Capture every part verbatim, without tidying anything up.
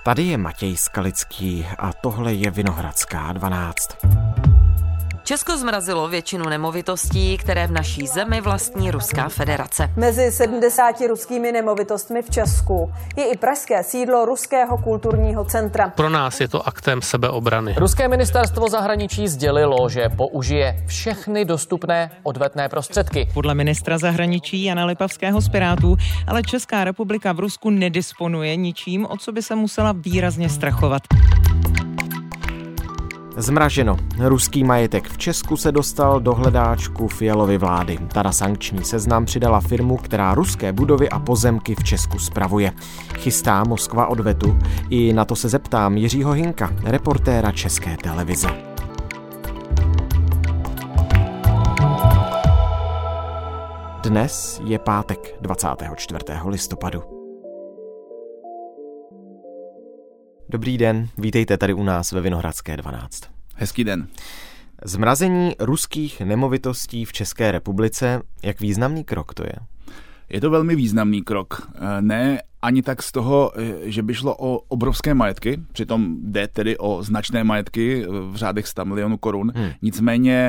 Tady je Matěj Skalický a tohle je Vinohradská dvanáct. Česko zmrazilo většinu nemovitostí, které v naší zemi vlastní Ruská federace. Mezi sedmdesáti ruskými nemovitostmi v Česku je i pražské sídlo Ruského kulturního centra. Pro nás je to aktem sebeobrany. Ruské ministerstvo zahraničí sdělilo, že použije všechny dostupné odvetné prostředky. Podle ministra zahraničí Jana Lipavského z Pirátů ale Česká republika v Rusku nedisponuje ničím, o co by se musela výrazně strachovat. Zmraženo. Ruský majetek v Česku se dostal do hledáčku Fialovy vlády. Ta na sankční seznam přidala firmu, která ruské budovy a pozemky v Česku spravuje. Chystá Moskva odvetu? I na to se zeptám Jiřího Hinka, reportéra České televize. Dnes je pátek dvacátého čtvrtého listopadu. Dobrý den, vítejte tady u nás ve Vinohradské dvanáct. Hezký den. Zmrazení ruských nemovitostí v České republice, jak významný krok to je? Je to velmi významný krok. Ne ani tak z toho, že by šlo o obrovské majetky, přitom jde tedy o značné majetky v řádech sta milionů korun, hmm. nicméně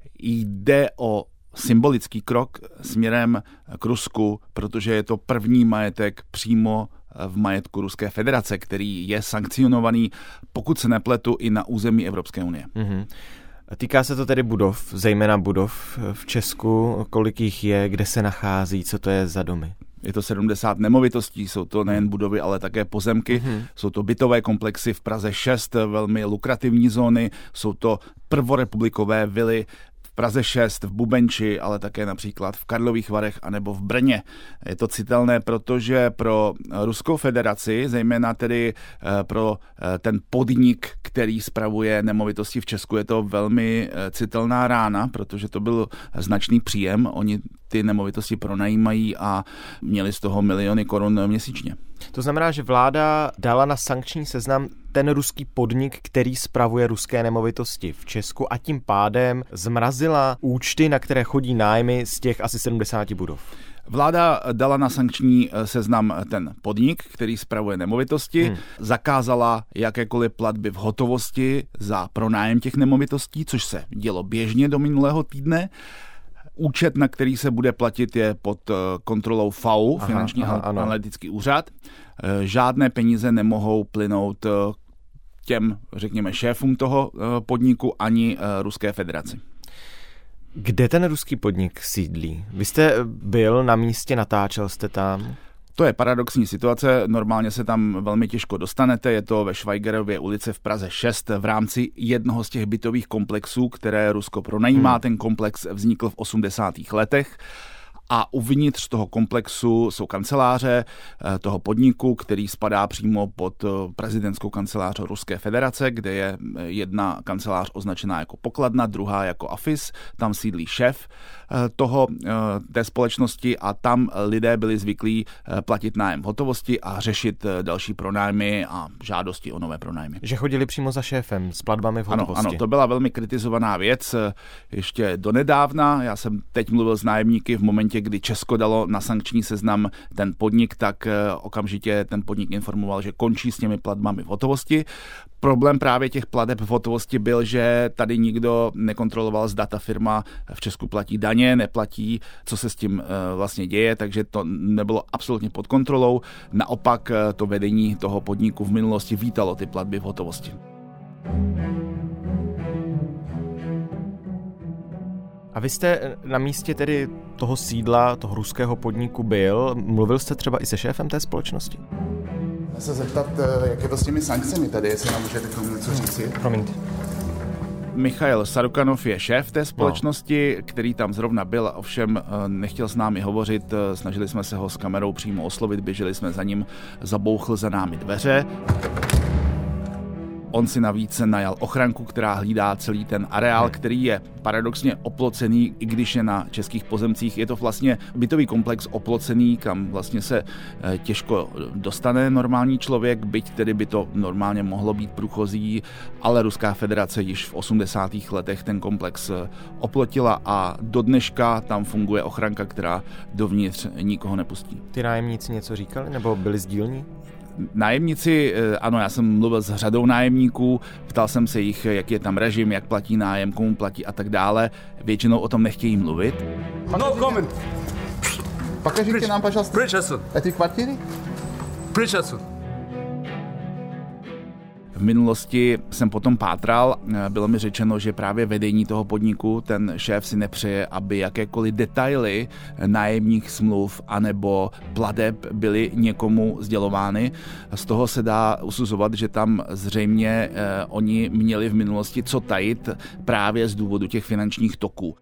jde o symbolický krok směrem k Rusku, protože je to první majetek přímo v majetku Ruské federace, který je sankcionovaný, pokud se nepletu, i na území Evropské unie. Mm-hmm. Týká se to tedy budov, zejména budov v Česku, kolik jich je, kde se nachází, co to je za domy? Je to sedmdesát nemovitostí, jsou to nejen budovy, ale také pozemky. Mm-hmm. Jsou to bytové komplexy v Praze šest, velmi lukrativní zóny, jsou to prvorepublikové vily v Praze šest, v Bubenči, ale také například v Karlových Varech anebo v Brně. Je to citelné, protože pro Ruskou federaci, zejména tedy pro ten podnik, který spravuje nemovitosti v Česku, je to velmi citelná rána, protože to byl značný příjem. Oni ty nemovitosti pronajímají a měli z toho miliony korun měsíčně. To znamená, že vláda dala na sankční seznam ten ruský podnik, který spravuje ruské nemovitosti v Česku a tím pádem zmrazila účty, na které chodí nájmy z těch asi sedmdesáti budov. Vláda dala na sankční seznam ten podnik, který spravuje nemovitosti, hmm. zakázala jakékoliv platby v hotovosti za pronájem těch nemovitostí, což se dělo běžně do minulého týdne. Účet, na který se bude platit, je pod kontrolou F A U, aha, Finanční aha, analytický úřad. Žádné peníze nemohou plynout těm, řekněme, šéfům toho podniku ani Ruské federaci. Kde ten ruský podnik sídlí? Vy jste byl na místě, natáčel jste tam? To je paradoxní situace, normálně se tam velmi těžko dostanete, je to ve Švajgerově ulici v Praze šest v rámci jednoho z těch bytových komplexů, které Rusko pronajímá. Hmm. Ten komplex vznikl v osmdesátých letech. A uvnitř toho komplexu jsou kanceláře toho podniku, který spadá přímo pod prezidentskou kancelář Ruské federace, kde je jedna kancelář označená jako pokladna, druhá jako office. Tam sídlí šéf toho, té společnosti a tam lidé byli zvyklí platit nájem v hotovosti a řešit další pronájmy a žádosti o nové pronájmy. Že chodili přímo za šéfem s platbami v hotovosti. Ano, ano, to byla velmi kritizovaná věc ještě donedávna. Já jsem teď mluvil s nájemníky v momentě, kdy Česko dalo na sankční seznam ten podnik, tak okamžitě ten podnik informoval, že končí s těmi platbami v hotovosti. Problém právě těch plateb v hotovosti byl, že tady nikdo nekontroloval, zda ta firma v Česku platí daně, neplatí, co se s tím vlastně děje, takže to nebylo absolutně pod kontrolou. Naopak to vedení toho podniku v minulosti vítalo ty platby v hotovosti. A vy jste na místě tedy toho sídla, toho ruského podniku byl. Mluvil jste třeba i se šéfem té společnosti? Já se zeptat, jak je to s těmi sankcemi tady, jestli nám můžete k tomu něco říci? Promiňte. Michail Sarukanov je šéf té společnosti, no. který tam zrovna byl, ovšem nechtěl s námi hovořit, snažili jsme se ho s kamerou přímo oslovit, běželi jsme za ním, zabouchl za námi dveře. On si navíc najal ochranku, která hlídá celý ten areál, který je paradoxně oplocený, i když je na českých pozemcích. Je to vlastně bytový komplex oplocený, kam vlastně se těžko dostane normální člověk, byť tedy by to normálně mohlo být průchozí, ale Ruská federace již v osmdesátých letech ten komplex oplotila a do dneška tam funguje ochranka, která dovnitř nikoho nepustí. Ty nájemníci něco říkali, nebo byli sdílní? Nájemníci, ano, já jsem mluvil s řadou nájemníků, ptal jsem se jich, jak je tam režim, jak platí nájem, komu platí a tak dále. Většinou o tom nechtějí mluvit. No comment. Покажите нам, пожалуйста, эти квартиры. Pryč odsud. V minulosti jsem potom pátral, bylo mi řečeno, že právě vedení toho podniku, ten šéf si nepřeje, aby jakékoliv detaily nájemních smluv anebo plateb byly někomu sdělovány. Z toho se dá usuzovat, že tam zřejmě eh, oni měli v minulosti co tajit právě z důvodu těch finančních toků.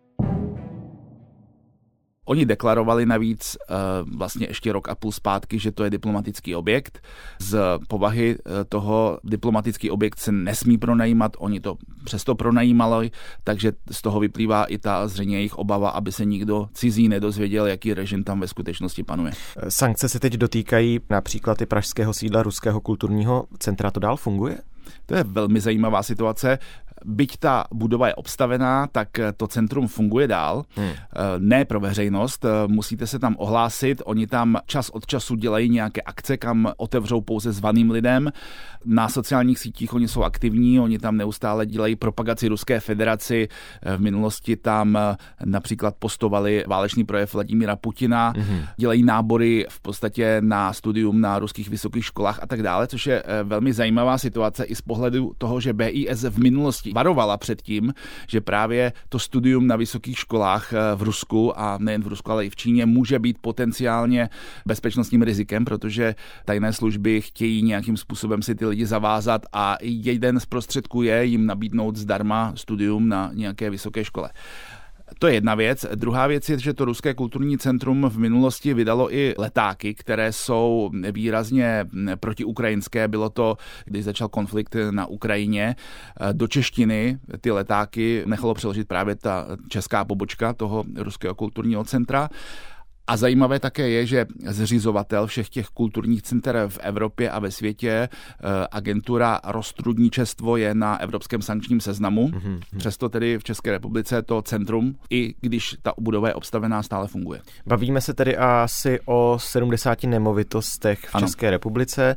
Oni deklarovali navíc vlastně ještě rok a půl zpátky, že to je diplomatický objekt. Z povahy toho diplomatický objekt se nesmí pronajímat, oni to přesto pronajímali, takže z toho vyplývá i ta zřejmě jejich obava, aby se nikdo cizí nedozvěděl, jaký režim tam ve skutečnosti panuje. Sankce se teď dotýkají například i pražského sídla Ruského kulturního centra. To dál funguje? To je velmi zajímavá situace. Byť ta budova je obstavená, tak to centrum funguje dál. Hmm. Ne pro veřejnost, musíte se tam ohlásit. Oni tam čas od času dělají nějaké akce, kam otevřou pouze zvaným lidem. Na sociálních sítích oni jsou aktivní, oni tam neustále dělají propagaci Ruské federaci. V minulosti tam například postovali válečný projev Vladimíra Putina, hmm. dělají nábory v podstatě na studium na ruských vysokých školách a tak dále, což je velmi zajímavá situace i z pohledu toho, že B I S v minulosti varovala před tím, že právě to studium na vysokých školách v Rusku a nejen v Rusku, ale i v Číně může být potenciálně bezpečnostním rizikem, protože tajné služby chtějí nějakým způsobem si ty lidi zavázat a jeden z prostředků je jim nabídnout zdarma studium na nějaké vysoké škole. To je jedna věc. Druhá věc je, že to Ruské kulturní centrum v minulosti vydalo i letáky, které jsou výrazně protiukrajinské. Bylo to, když začal konflikt na Ukrajině. Do češtiny ty letáky nechalo přeložit právě ta česká pobočka toho Ruského kulturního centra. A zajímavé také je, že zřizovatel všech těch kulturních center v Evropě a ve světě, agentura Roztrudničestvo, je na evropském sankčním seznamu. Mm-hmm. Přesto tedy v České republice to centrum, i když ta budova je obstavená, stále funguje. Bavíme se tedy asi o sedmdesáti nemovitostech v ano. České republice.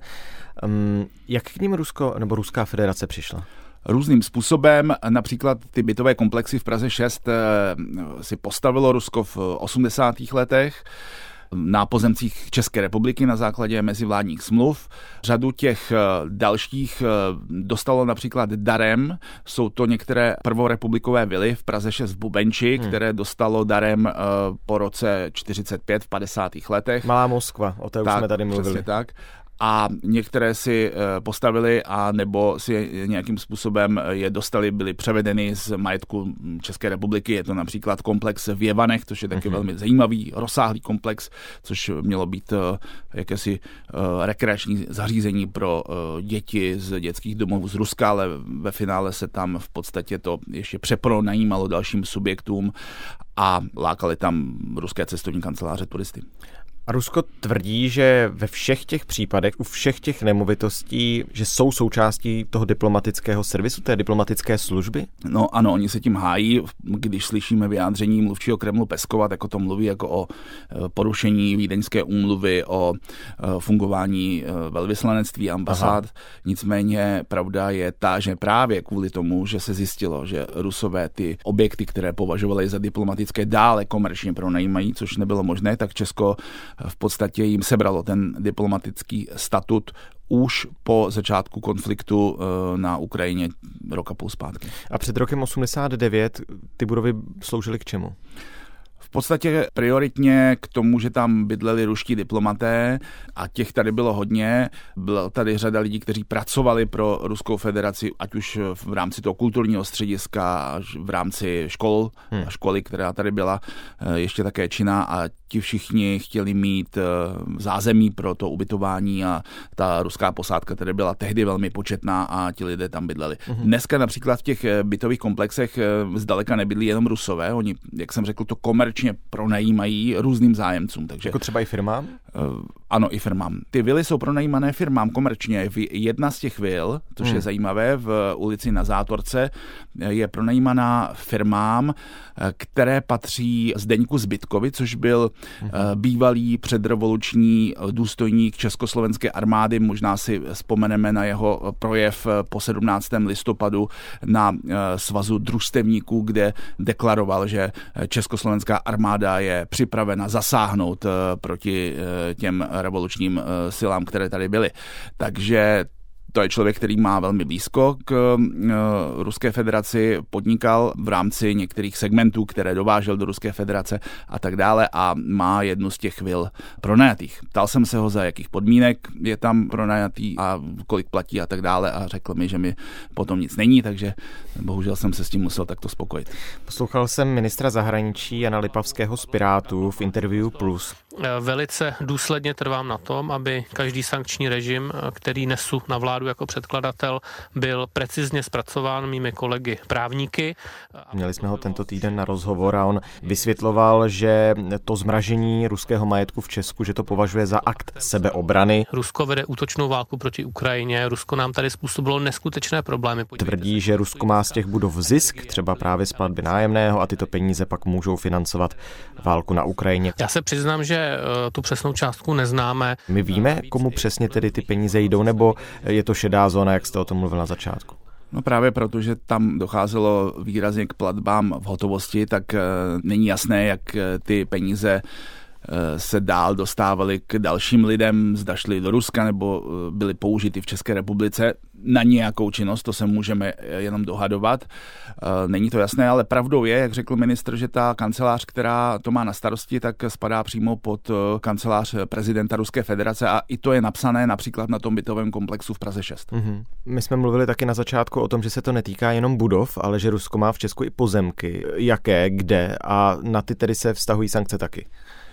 Um, jak k nim Rusko nebo Ruská federace přišla? Různým způsobem, například ty bytové komplexy v Praze šest si postavilo Rusko v osmdesátých letech na pozemcích České republiky na základě mezivládních smluv. Řadu těch dalších dostalo například darem. Jsou to některé prvorepublikové vily v Praze šest v Bubenči, hmm. které dostalo darem po roce čtyřicet pět v padesátých letech. Malá Moskva, o té už tak, jsme tady mluvili. Přesně tak. A některé si postavili a nebo si nějakým způsobem je dostali, byly převedeny z majetku České republiky. Je to například komplex v Jevanech, což je taky uh-huh. velmi zajímavý, rozsáhlý komplex, což mělo být jakési rekreační zařízení pro děti z dětských domovů z Ruska, ale ve finále se tam v podstatě to ještě přepronajímalo dalším subjektům a lákali tam ruské cestovní kanceláře turisty. A Rusko tvrdí, že ve všech těch případech, u všech těch nemovitostí, že jsou součástí toho diplomatického servisu, té diplomatické služby? No ano, oni se tím hájí, když slyšíme vyjádření mluvčího Kremlu Peskova, tak o tom mluví jako o porušení Vídeňské úmluvy, o fungování velvyslanectví ambasád. Aha. Nicméně pravda je ta, že právě kvůli tomu, že se zjistilo, že Rusové ty objekty, které považovali za diplomatické, dále komerčně pronajímají, což nebylo možné, tak Česko v podstatě jim sebralo ten diplomatický statut už po začátku konfliktu na Ukrajině rok a půl zpátky. A před rokem osmdesát devět ty budovy sloužily k čemu? V podstatě prioritně k tomu, že tam bydleli ruští diplomaté a těch tady bylo hodně. Byla tady řada lidí, kteří pracovali pro Ruskou federaci, ať už v rámci toho kulturního střediska, až v rámci škol hmm. a školy, která tady byla ještě také činná, a ti všichni chtěli mít zázemí pro to ubytování a ta ruská posádka tady byla tehdy velmi početná a ti lidé tam bydleli. Hmm. Dneska například v těch bytových komplexech zdaleka nebydlí jenom Rusové, oni, jak jsem řekl, to komerčně pronajímají různým zájemcům. Takže, jako třeba i firmám? Ano, i firmám. Ty vily jsou pronajímané firmám komerčně. Jedna z těch vil, což hmm. je zajímavé, v ulici Na Zátorce, je pronajímaná firmám, které patří Zdeňku Zbytkovi, což byl hmm. bývalý předrevoluční důstojník československé armády. Možná si vzpomeneme na jeho projev po sedmnáctého listopadu na svazu družstevníků, kde deklaroval, že československá armáda je připravena zasáhnout proti těm revolučním silám, které tady byly. Takže to je člověk, který má velmi blízko k Ruské federaci, podnikal v rámci některých segmentů, které dovážel do Ruské federace a tak dále a má jednu z těch vil pronajatých. Ptal jsem se ho, za jakých podmínek je tam pronajatý a kolik platí a tak dále a řekl mi, že mi potom nic není, takže bohužel jsem se s tím musel takto spokojit. Poslouchal jsem ministra zahraničí Jana Lipavského z Pirátů v Interview Plus. Velice důsledně trvám na tom, aby každý sankční režim, který nesu na vládu jako předkladatel, byl precizně zpracován mými kolegy právníky. Měli jsme ho tento týden na rozhovor a on vysvětloval, že to zmražení ruského majetku v Česku, že to považuje za akt sebeobrany. Rusko vede útočnou válku proti Ukrajině, Rusko nám tady způsobilo neskutečné problémy. Tvrdí, že Rusko má z těch budov zisk, třeba právě z platby nájemného a tyto peníze pak můžou financovat válku na Ukrajině. Já se přiznám, že tu přesnou částku neznáme. My víme, komu přesně tedy ty peníze jdou, nebo je to šedá zóna, jak jste o tom mluvil na začátku? No právě proto, že tam docházelo výrazně k platbám v hotovosti, tak není jasné, jak ty peníze se dál dostávaly k dalším lidem, zda šli do Ruska nebo byly použity v České republice na nějakou činnost, to se můžeme jenom dohadovat. Není to jasné, ale pravdou je, jak řekl ministr, že ta kancelář, která to má na starosti, tak spadá přímo pod kancelář prezidenta Ruské federace a i to je napsané například na tom bytovém komplexu v Praze šest. Mm-hmm. My jsme mluvili taky na začátku o tom, že se to netýká jenom budov, ale že Rusko má v Česku i pozemky. Jaké, kde a na ty tedy se vztahují sankce taky?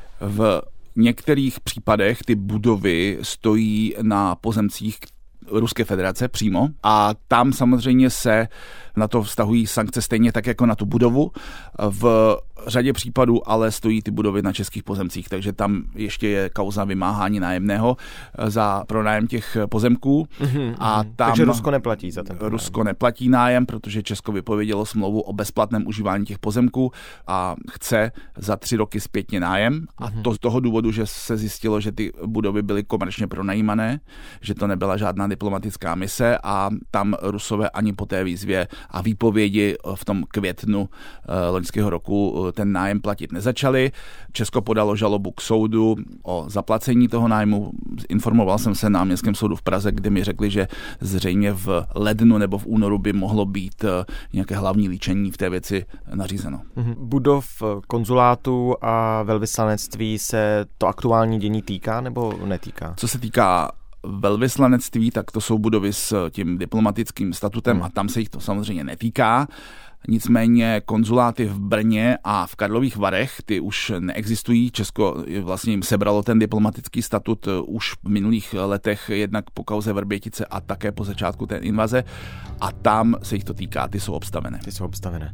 V některých případech ty budovy stojí na pozemcích Ruské federace přímo a tam samozřejmě se na to vztahují sankce stejně tak jako na tu budovu. V řadě případů ale stojí ty budovy na českých pozemcích, takže tam ještě je kauza vymáhání nájemného za pronájem těch pozemků. Mm-hmm, a tam takže Rusko neplatí za ten pronájem. Rusko neplatí nájem, protože Česko vypovědělo smlouvu o bezplatném užívání těch pozemků a chce za tři roky zpětně nájem. A to z toho důvodu, že se zjistilo, že ty budovy byly komerčně pronajímané, že to nebyla žádná diplomatická mise a tam Rusové ani po té výzvě a výpovědi v tom květnu loňského roku ten nájem platit nezačali. Česko podalo žalobu k soudu o zaplacení toho nájmu. Informoval jsem se na Městském soudu v Praze, kde mi řekli, že zřejmě v lednu nebo v únoru by mohlo být nějaké hlavní líčení v té věci nařízeno. Budov konzulátu a velvyslanectví se to aktuální dění týká nebo netýká? Co se týká velvyslanectví, tak to jsou budovy s tím diplomatickým statutem hmm. a tam se jich to samozřejmě netýká. Nicméně konzuláty v Brně a v Karlových Varech, ty už neexistují. Česko vlastně jim sebralo ten diplomatický statut už v minulých letech, jednak po kauze Vrbětice a také po začátku té invaze. A tam se jich to týká, ty jsou obstavené. Ty jsou obstavené.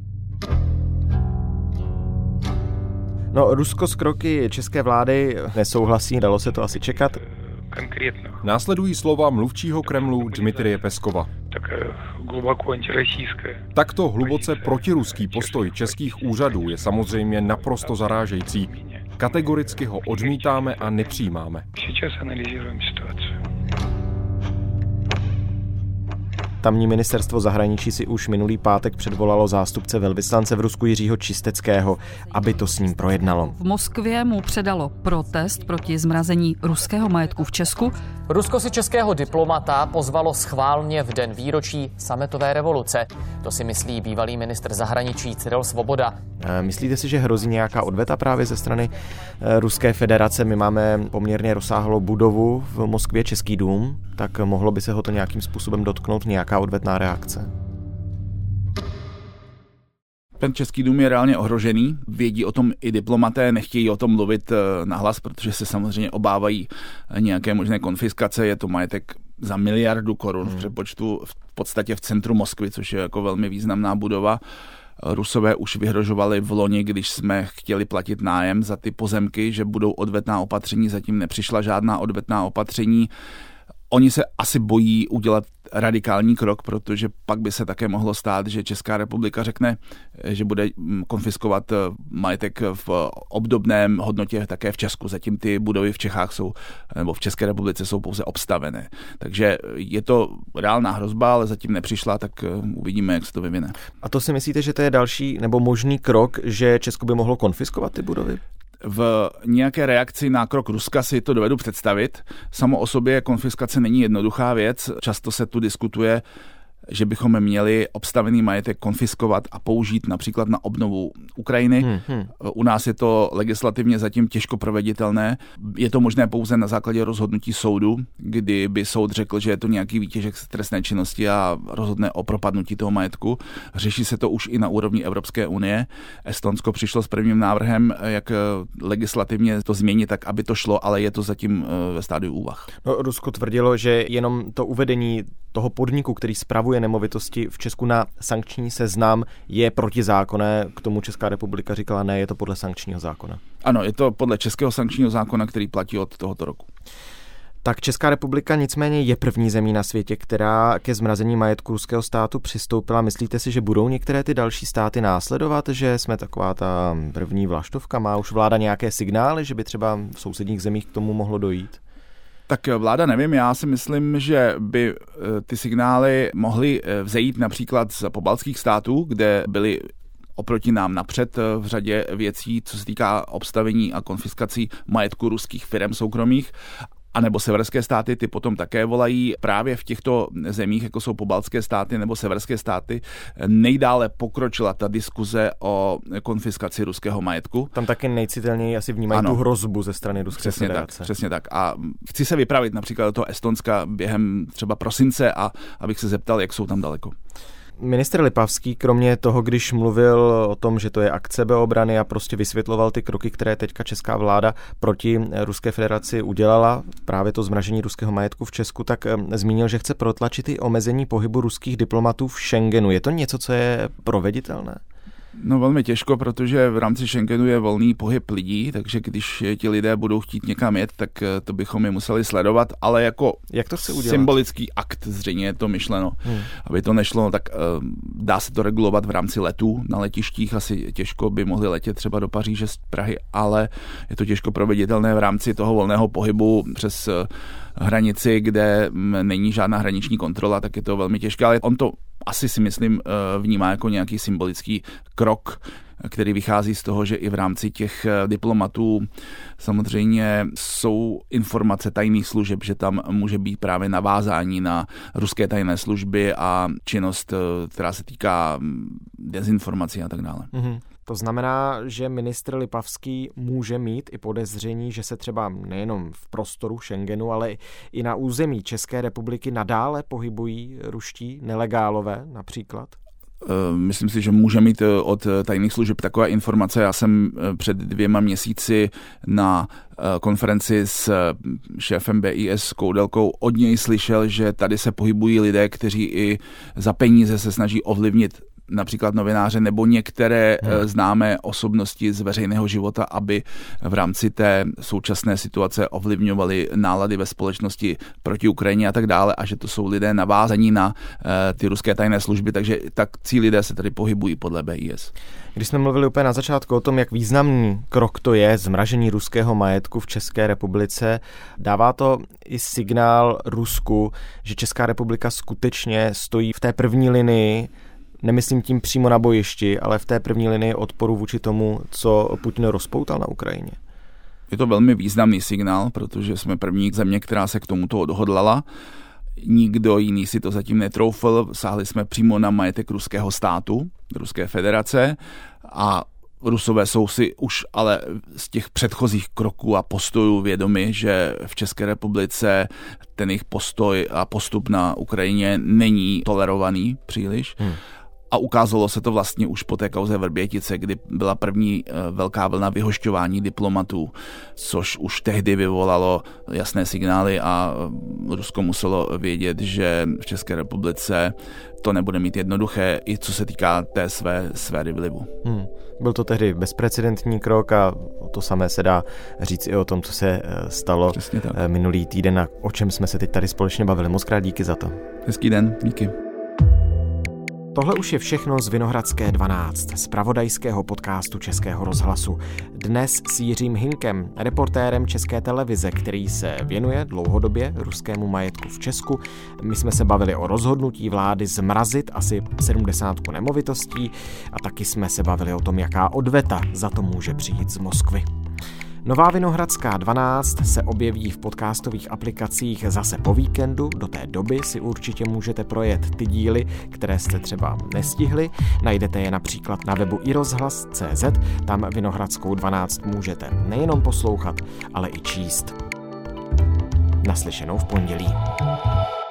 No, Rusko s kroky české vlády nesouhlasí, dalo se to asi čekat. Následují slova mluvčího Kremlu Dmitrije Peskova. Takto hluboce protiruský postoj českých úřadů je samozřejmě naprosto zarážející. Kategoricky ho odmítáme a nepřijímáme. Tamní ministerstvo zahraničí si už minulý pátek předvolalo zástupce velvyslance v Rusku Jiřího Čisteckého, aby to s ním projednalo. V Moskvě mu předalo protest proti zmrazení ruského majetku v Česku. Rusko si českého diplomata pozvalo schválně v den výročí sametové revoluce. To si myslí bývalý ministr zahraničí Cyril Svoboda. Myslíte si, že hrozí nějaká odveta právě ze strany Ruské federace? My máme poměrně rozsáhlou budovu v Moskvě, Český dům, tak mohlo by se ho to nějakým způsobem dotknout, nějaká odvetná reakce? Ten Český dům je reálně ohrožený, vědí o tom i diplomaté, nechtějí o tom mluvit nahlas, protože se samozřejmě obávají nějaké možné konfiskace, je to majetek za miliardu korun v přepočtu v podstatě v centru Moskvy, což je jako velmi významná budova. Rusové už vyhrožovali v loni, když jsme chtěli platit nájem za ty pozemky, že budou odvetná opatření, zatím nepřišla žádná odvetná opatření. Oni se asi bojí udělat radikální krok, protože pak by se také mohlo stát, že Česká republika řekne, že bude konfiskovat majetek v obdobném hodnotě také v Česku. Zatím ty budovy v Čechách jsou, nebo v České republice jsou pouze obstavené. Takže je to reálná hrozba, ale zatím nepřišla, tak uvidíme, jak se to vyvine. A to si myslíte, že to je další nebo možný krok, že Česko by mohlo konfiskovat ty budovy? V nějaké reakci na krok Ruska si to dovedu představit. Samo o sobě konfiskace není jednoduchá věc. Často se tu diskutuje, že bychom měli obstavený majetek konfiskovat a použít například na obnovu Ukrajiny. Hmm, hmm. U nás je to legislativně zatím těžko proveditelné. Je to možné pouze na základě rozhodnutí soudu, kdy by soud řekl, že je to nějaký výtěžek z trestné činnosti a rozhodne o propadnutí toho majetku. Řeší se to už i na úrovni Evropské unie. Estonsko přišlo s prvním návrhem, jak legislativně to změnit tak, aby to šlo, ale je to zatím ve stádiu úvah. No, Rusko tvrdilo, že jenom to uvedení toho podniku, který spravuje nemovitosti v Česku na sankční seznam, je protizákonné. K tomu Česká republika říkala, ne, je to podle sankčního zákona. Ano, je to podle českého sankčního zákona, který platí od tohoto roku. Tak Česká republika nicméně je první zemí na světě, která ke zmrazení majetku ruského státu přistoupila. Myslíte si, že budou některé ty další státy následovat, že jsme taková ta první vlaštovka? Má už vláda nějaké signály, že by třeba v sousedních zemích k tomu mohlo dojít? Tak vláda nevím, já si myslím, že by ty signály mohly vzejít například z pobaltských států, kde byly oproti nám napřed v řadě věcí, co se týká obstavení a konfiskací majetku ruských firem soukromých. A nebo severské státy, ty potom také volají právě v těchto zemích, jako jsou pobaltské státy nebo severské státy, nejdále pokročila ta diskuze o konfiskaci ruského majetku. Tam taky nejcitelněji asi vnímají ano. tu hrozbu ze strany Ruské přesně federace. Tak, přesně tak. A chci se vypravit například do toho Estonska během třeba prosince a abych se zeptal, jak jsou tam daleko. Ministr Lipavský, kromě toho, když mluvil o tom, že to je akce sebeobrany a prostě vysvětloval ty kroky, které teďka česká vláda proti Ruské federaci udělala, právě to zmražení ruského majetku v Česku, tak zmínil, že chce protlačit i omezení pohybu ruských diplomatů v Schengenu. Je to něco, co je proveditelné? No velmi těžko, protože v rámci Schengenu je volný pohyb lidí, takže když ti lidé budou chtít někam jet, tak to bychom je museli sledovat, ale jako Jak to chce udělat? Symbolický akt zřejmě je to myšleno. Hmm. Aby to nešlo, tak uh, dá se to regulovat v rámci letů. Na letištích asi těžko by mohli letět třeba do Paříže z Prahy, ale je to těžko proveditelné v rámci toho volného pohybu přes uh, hranici, kde není žádná hraniční kontrola, tak je to velmi těžké, ale on to asi si myslím vnímá jako nějaký symbolický krok, který vychází z toho, že i v rámci těch diplomatů samozřejmě jsou informace tajných služeb, že tam může být právě navázání na ruské tajné služby a činnost, která se týká dezinformací a tak dále. Mm-hmm. To znamená, že ministr Lipavský může mít i podezření, že se třeba nejenom v prostoru Schengenu, ale i na území České republiky nadále pohybují ruští nelegálové například? Myslím si, že může mít od tajných služeb takové informace. Já jsem před dvěma měsíci na konferenci s šéfem B I S Koudelkou od něj slyšel, že tady se pohybují lidé, kteří i za peníze se snaží ovlivnit například novináře nebo některé hmm. známé osobnosti z veřejného života, aby v rámci té současné situace ovlivňovali nálady ve společnosti proti Ukrajině a tak dále, a že to jsou lidé navázaní na uh, ty ruské tajné služby, takže tak cí lidé se tady pohybují podle B I S. Když jsme mluvili úplně na začátku o tom, jak významný krok to je, zmražení ruského majetku v České republice, dává to i signál Rusku, že Česká republika skutečně stojí v té první linii, nemyslím tím přímo na bojišti, ale v té první linii odporu vůči tomu, co Putin rozpoutal na Ukrajině. Je to velmi významný signál, protože jsme první země, která se k tomuto odhodlala. Nikdo jiný si to zatím netroufl. Sáhli jsme přímo na majetek ruského státu, Ruské federace, a Rusové jsou si už ale z těch předchozích kroků a postojů vědomi, že v České republice ten jejich postoj a postup na Ukrajině není tolerovaný příliš. Hmm. A ukázalo se to vlastně už po té kauze Vrbětice, kdy byla první velká vlna vyhošťování diplomatů, což už tehdy vyvolalo jasné signály a Rusko muselo vědět, že v České republice to nebude mít jednoduché, i co se týká té své sféry vlivu. Hmm. Byl to tehdy bezprecedentní krok a to samé se dá říct i o tom, co se stalo minulý týden a o čem jsme se teď tady společně bavili. Moc krát díky za to. Hezký den, díky. Tohle už je všechno z Vinohradské dvanáct, z pravodajského podcastu Českého rozhlasu. Dnes s Jiřím Hinkem, reportérem České televize, který se věnuje dlouhodobě ruskému majetku v Česku. My jsme se bavili o rozhodnutí vlády zmrazit asi sedmdesátku nemovitostí a taky jsme se bavili o tom, jaká odveta za to může přijít z Moskvy. Nová Vinohradská dvanáct se objeví v podcastových aplikacích zase po víkendu. Do té doby si určitě můžete projet ty díly, které jste třeba nestihli. Najdete je například na webu i rozhlas tečka cé zet. Tam Vinohradskou dvanáct můžete nejenom poslouchat, ale i číst. Naslyšenou v pondělí.